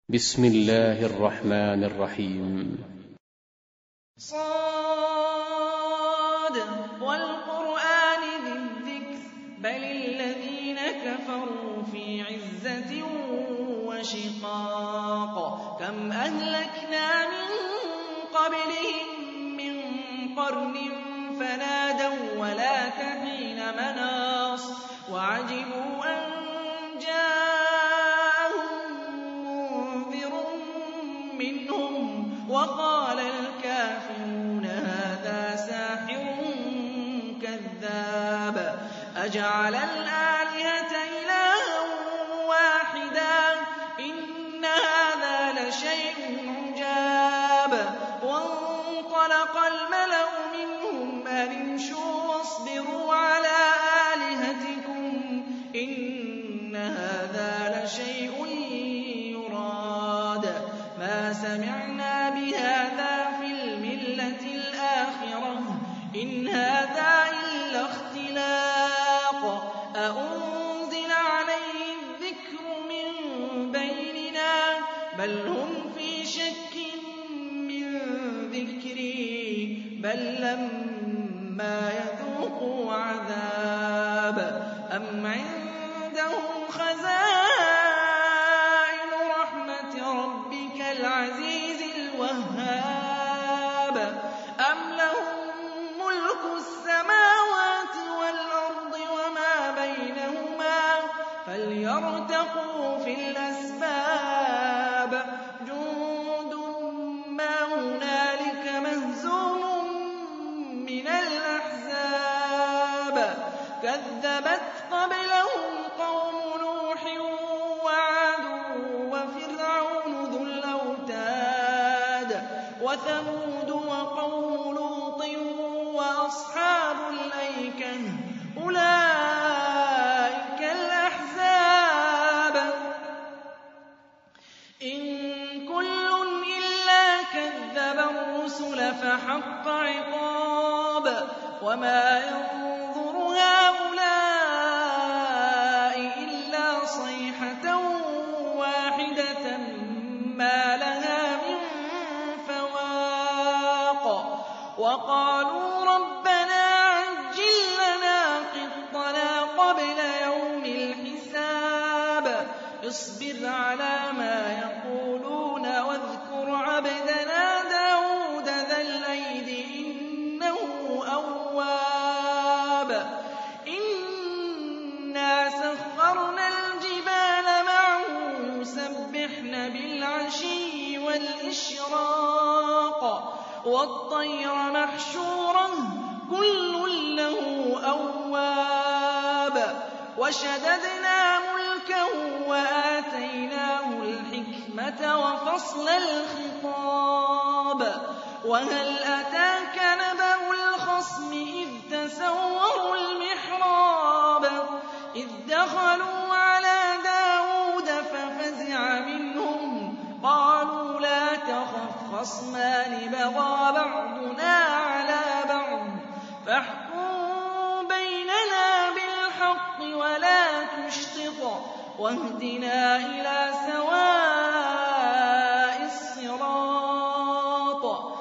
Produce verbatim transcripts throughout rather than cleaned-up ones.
بسم الله الرحمن الرحيم. صاد والقرآن ذي الذكر بل الذين كفروا في عزة وشقاق كم أهلكنا من قبلهم من قرن فنادوا ولا تحين مناص وعجبوا أن جاءهم منذر منهم وقال الكافرون هذا ساحر كذاب أجعل الآلهة إلها واحدا إن هذا لشيء عجاب وانطلق الملأ منهم أن امشوا واصبروا على آلهتكم إن هذا لشيء يراد ما سمعنا بهذا في الملة الآخرة إن هذا إلا اختلاق أأنزل عليه الذكر من بيننا بل هم في شك من ذكري بل لما يذوقوا عذاب أم عندهم خزائن رحمة ربك العزيز الوهاب أم لهم ملك السماوات والأرض وما بينهما فليرتقوا في الأسباب جند ما هنالك مهزوم من الأحزاب كذبت قبلهم قوم نوح وعاد وفرعون ذو الأوتاد وثمود وقوم لوط وأصحاب الأيكة أولئك الأحزاب إن كل إلا كذب الرسل فحق عقاب وما ينظر هؤلاء إلا صيحة واحدة ما لها من فواق وقالوا ربنا عجل لنا قطنا قبل يوم الحساب اصبر على ما يقولون واذكر عبدنا داود ذا الأيد إنه أواب إنا سخرنا الجبال معه يسبحن بالعشي والإشراق والطير محشورا كل له أواب وشددنا ملكه وآتيناه الحكمة وفصل الخطاب وهل أتاك نبأ الخصم إذ تسوروا المحراب إذ دخلوا على داود ففزع منهم قالوا لا تخف خصمان بغى بعضنا على بعض فاحكم بيننا بالحق ولا تشطط واهدنا إلى سواء الصراط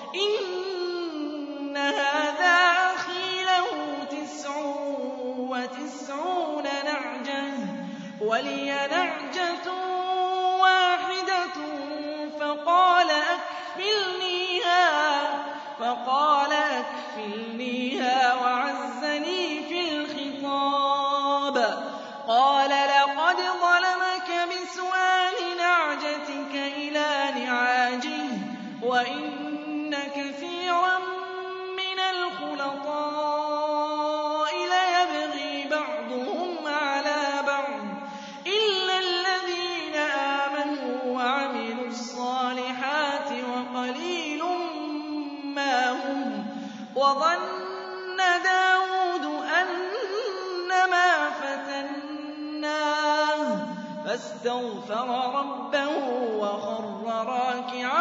إن هذا أخي له تسع وتسعون نعجة ولي نعجة واحدة فقال أكفلنيها فقال أكفلنيها وعزني في الخطاب قال لقد ظلمك بسؤال نعجتك إلى نعاجه وإن كثيرا من الخلطاء ليبغي بعضهم على بعض إلا الذين آمنوا وعملوا الصالحات وقليل ما هم وظن داود أنما فتناه فاستغفر ربه وخر راكعا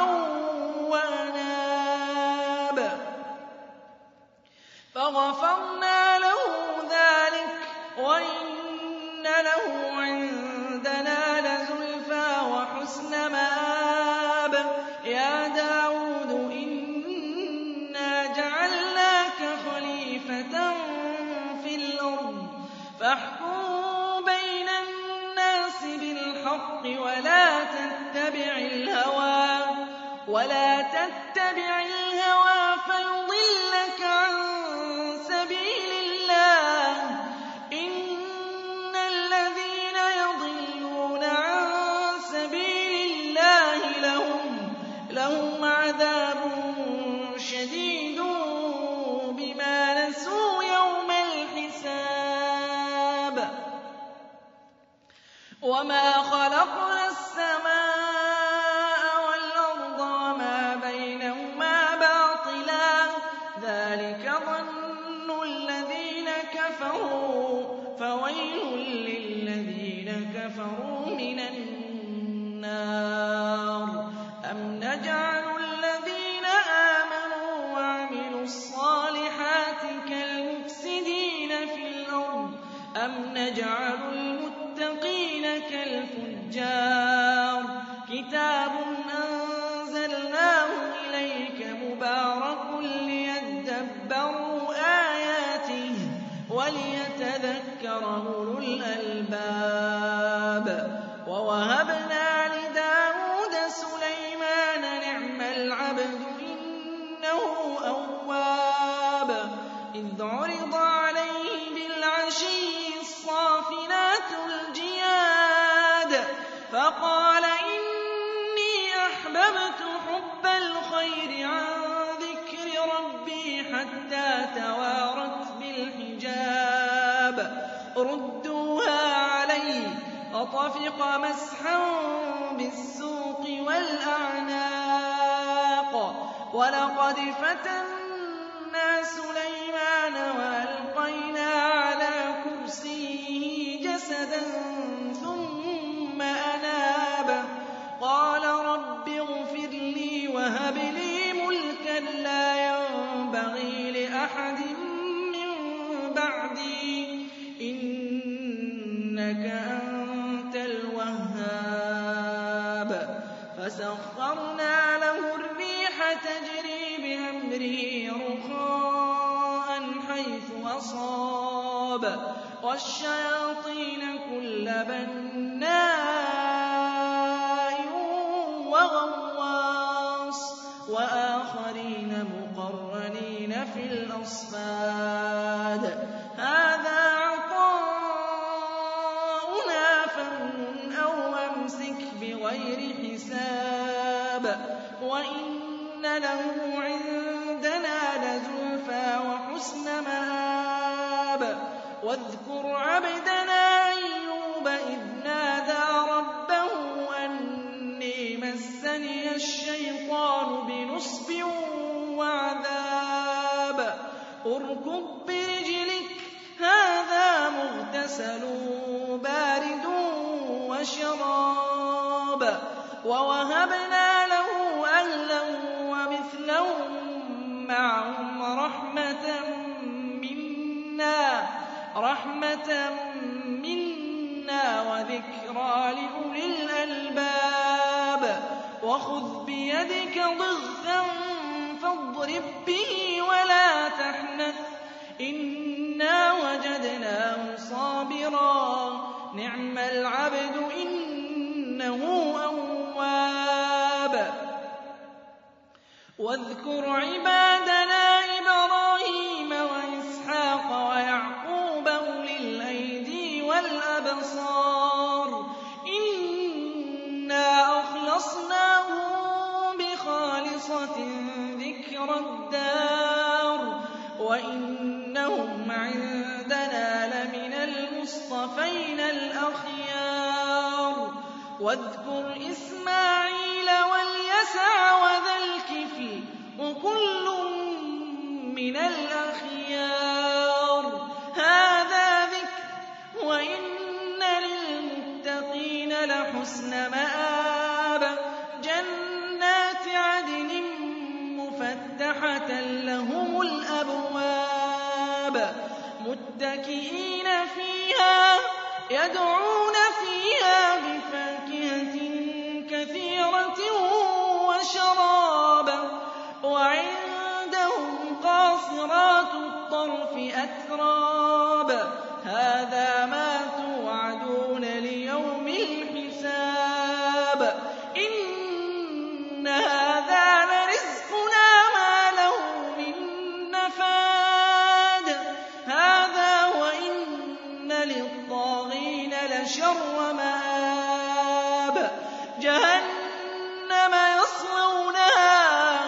وأناب فغفرنا له ذلك وإن له عندنا لزلفى وحسن مآب يَا دَاوُودُ إِنَّا جَعَلْنَاكَ خَلِيفَةً فِي الْأَرْضِ فَاحْكُم بَيْنَ النَّاسِ بِالْحَقِّ وَلَا تَتَّبِعِ الْهَوَىٰ وَلَا تَتَّبِعِ الْهَوَىٰ فَيُضِلَّكَ عَن سَبِيلِ اللَّهِ ۚ إِنَّ الَّذِينَ يَضِلُّونَ عَن سَبِيلِ اللَّهِ لَهُمْ لَهُمْ عَذَابٌ شَدِيدٌ بِمَا نَسُوا يَوْمَ الْحِسَابِ وَمَا خَلَقْنَا السَّمَاءَ وَالْأَرْضَ وَمَا بَيْنَهُمَا بَاطِلًا ۚ ذَٰلِكَ ظَنُّ الَّذِينَ كَفَرُوا ۚ فَوَيْلٌ لِّلَّذِينَ كَفَرُوا مِنَ النَّارِ أَمْ نَجْعَلُ الَّذِينَ آمَنُوا وَعَمِلُوا الصَّالِحَاتِ كَالْمُفْسِدِينَ فِي الْأَرْضِ أَمْ نَجْعَلُ الْمُتَّقِينَ كَالْفُجَّارِ كِتَابٌ أَنزَلْنَاهُ إِلَيْكَ مُبَارَكٌ لِّيَدَّبَّرُوا آيَاتِهِ وَلِيَتَذَكَّرَ أُولُو الْأَلْبَابِ وَوَهَبْنَا لِدَاوُودَ سُلَيْمَانَ نِعْمَ الْعَبْدُ إِنَّهُ أَوَّابٌ إِذْ عُرِضَ عَلَيْهِ بِالْعَشِيِّ الصَّافِنَاتُ الْجِيَادُ فَقَالَ إِنِّي أَحْبَبْتُ حُبَّ الْخَيْرِ عَن ذِكْرِ رَبِّي حَتَّىٰ تَوَارَتْ بِالْحِجَابِ رُدُّوهَا عَلَيَّ ۖ فَطَفِقَ مَسْحًا بِالسُّوقِ وَالْأَعْنَاقِ وَلَقَدْ فَتَنَّا سُلَيْمَانَ وَأَلْقَيْنَا عَلَىٰ كُرْسِيِّهِ جَسَدًا ثُمَّ أَنَابَ قَالَ رَبِّ اغْفِرْ لِي وَهَبْ لِي مُلْكًا لَّا يَنبَغِي لِأَحَدٍ مِّن بَعْدِي إِنَّكَ أَنتَ الْوَهَّابُ فَسَخَّرْنَا لَهُ الرِّيحَ تَجْرِي بِأَمْرِهِ رُخَاءً حَيْثُ أَصَابَ وَالشَّيَاطِينَ كُلَّ بَنَّاءٍ وَغَوَّاصٍ وَآخَرِينَ مُقَرَّنِينَ فِي الْأَصْفَادِ هَٰذَا عَطَاؤُنَا فَامْنُنْ أَوْ أَمْسِكْ بِغَيْرِ حِسَابٍ وَإِنَّ لَهُ عِندَنَا لَزُلْفَىٰ وَحُسْنَ مَآبٍ وَاذْكُرْ عَبْدَنَا أَيُّوبَ إِذْ نَادَىٰ رَبَّهُ أَنِّي مَسَّنِيَ الشَّيْطَانُ بِنُصْبٍ وَعَذَابٍ ارْكُضْ بِرِجْلِكَ ۖ هَٰذَا مُغْتَسَلٌ بَارِدٌ وَشَرَابٌ وَوَهَبْنَا لَهُ أَهْلًا وَمِثْلَهُم مَّعَهُمْ رَحْمَةً مِّنَّا وَذِكْرَىٰ لِأُولِي الْأَلْبَابِ وَخُذْ بِيَدِكَ ضِغْثًا فَاضْرِب بِّهِ وَلَا تَحْنَثْ ۗ إِنَّا وَجَدْنَاهُ صَابِرًا نِّعْمَ الْعَبْدُ إِنَّهُ أَوَّابٌ وَاذْكُرْ عِبَادَنَا إِبْرَاهِيمَ وَإِسْحَاقَ وَيَعْقُوبَ أُولِي الْأَيْدِي وَالْأَبْصَارِ إِنَّا أَخْلَصْنَاهُم بِخَالِصَةٍ ذِكْرَى الدَّارِ وَإِنَّهُمْ عِندَنَا لَمِنَ الْمُصْطَفَيْنَ الْأَخْيَارِ وَاذْكُرْ إِسْمَاعِيلَ وَالْيَسَعَ وَذَا الْكِفْلِ وَكُلٌّ مِّنَ الْأَخْيَارِ هَٰذَا ذِكْرٌ وَإِنَّ لِلْمُتَّقِينَ لَحُسْنَ مَآبٍ جَنَّاتِ عَدْنٍ مُّفَتَّحَةً لَّهُمُ الْأَبْوَابُ مُتَّكِئِينَ فِيهَا يَدْعُونَ فِيهَا بِفَاكِهَةٍ كَثِيرَةٍ وشرابا وعندهم قاصرات الطرف أتراب هذا ما توعدون ليوم الحساب إن هذا لرزقنا ما له من نفاد هذا وإن للطاغين لشر مآب جهنم يصلونها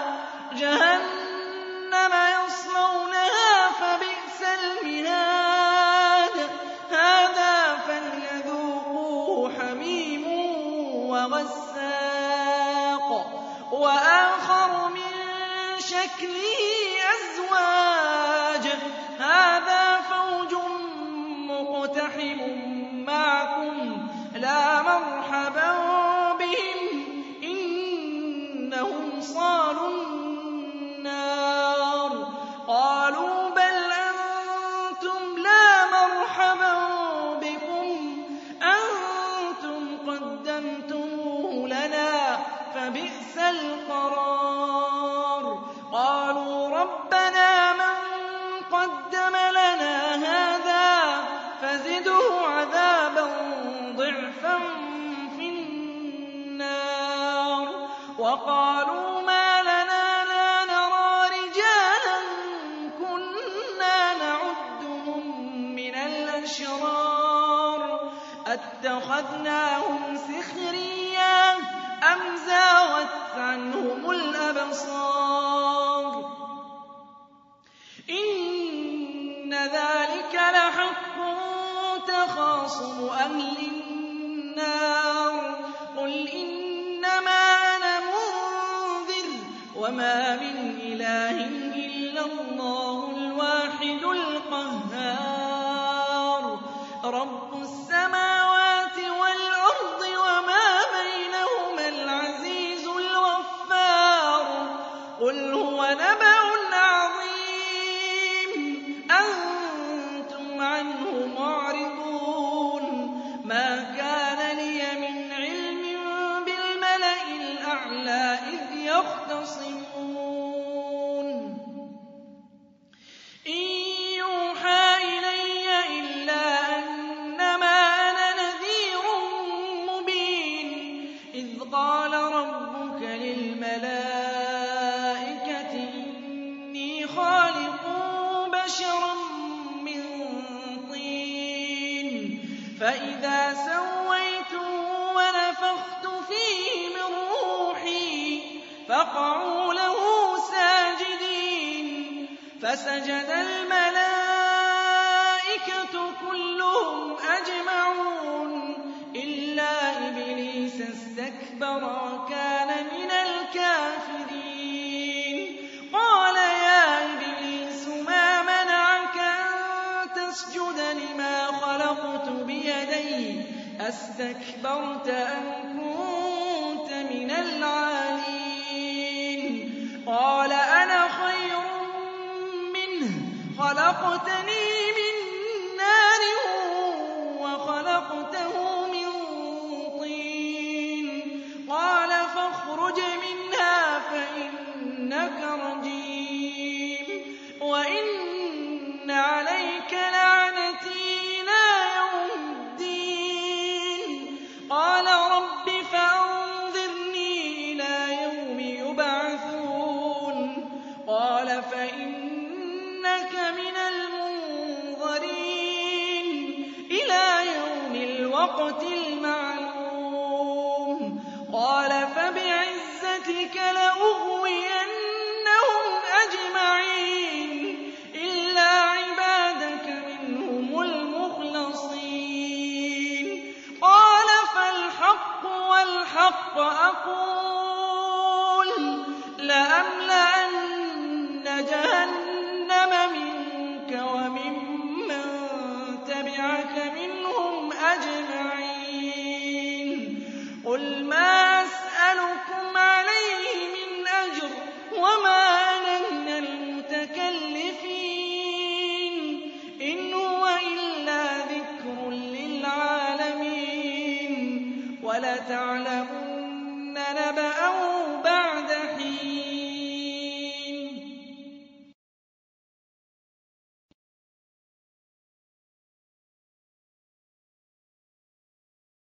جهنم يصلونها فبئس المهاد هذا فليذوقوه حميم وغساق وآخر من شكله أزواج هذا فوج مقتحم معكم لا مرحبا بهم إنهم صالوا النار قالوا بل أنتم لا مرحبا بكم أنتم قدمتموه لنا فبئس القرار قالوا ربنا من قدم لنا هذا فزده عذابا ضعفا في النار وقالوا ما لنا لا نرى رجالا كنا نعدهم من الأشرار أتخذناهم سخريا أم زاغت عنهم الأبصار إن ذلك لحق تخاصم أهل النار قل إنما أنا منذر وما من إله إلا الله الواحد القهار رب السماوات والأرض وما بينهما العزيز الغفار قل هو نبأ عظيم أنتم عنه معرضون ما كان لي من علم بالملأ الأعلى إذ يختصمون إن يوحى إلي إلا أنما أنا نذير مبين إذ قال ربك للملائكة إني خالق بشرا من طين فإذا سويته ونفخت فيه من روحي فقعوا له ساجدين فسجد الملائكة كلهم أجمعون إلا إبليس استكبر وكان من الكافرين قال يا إبليس ما منعك أن تسجد لما خلقت بيدي أستكبرت أم كنت من العالين قال أنا خير منه خلقتني من نار وخلقته من طين قال فاخرج منها فإنك رجيم وإن عليك لعنتي إلى يوم الدين قال رب فأنظرني إلى يوم يبعثون قال فإنك من المنظرين إلى يوم الوقت المعلوم قال فبعزتك لأغوينهم أجمعين إلا عبادك منهم المخلصين قال فالحق والحق أقول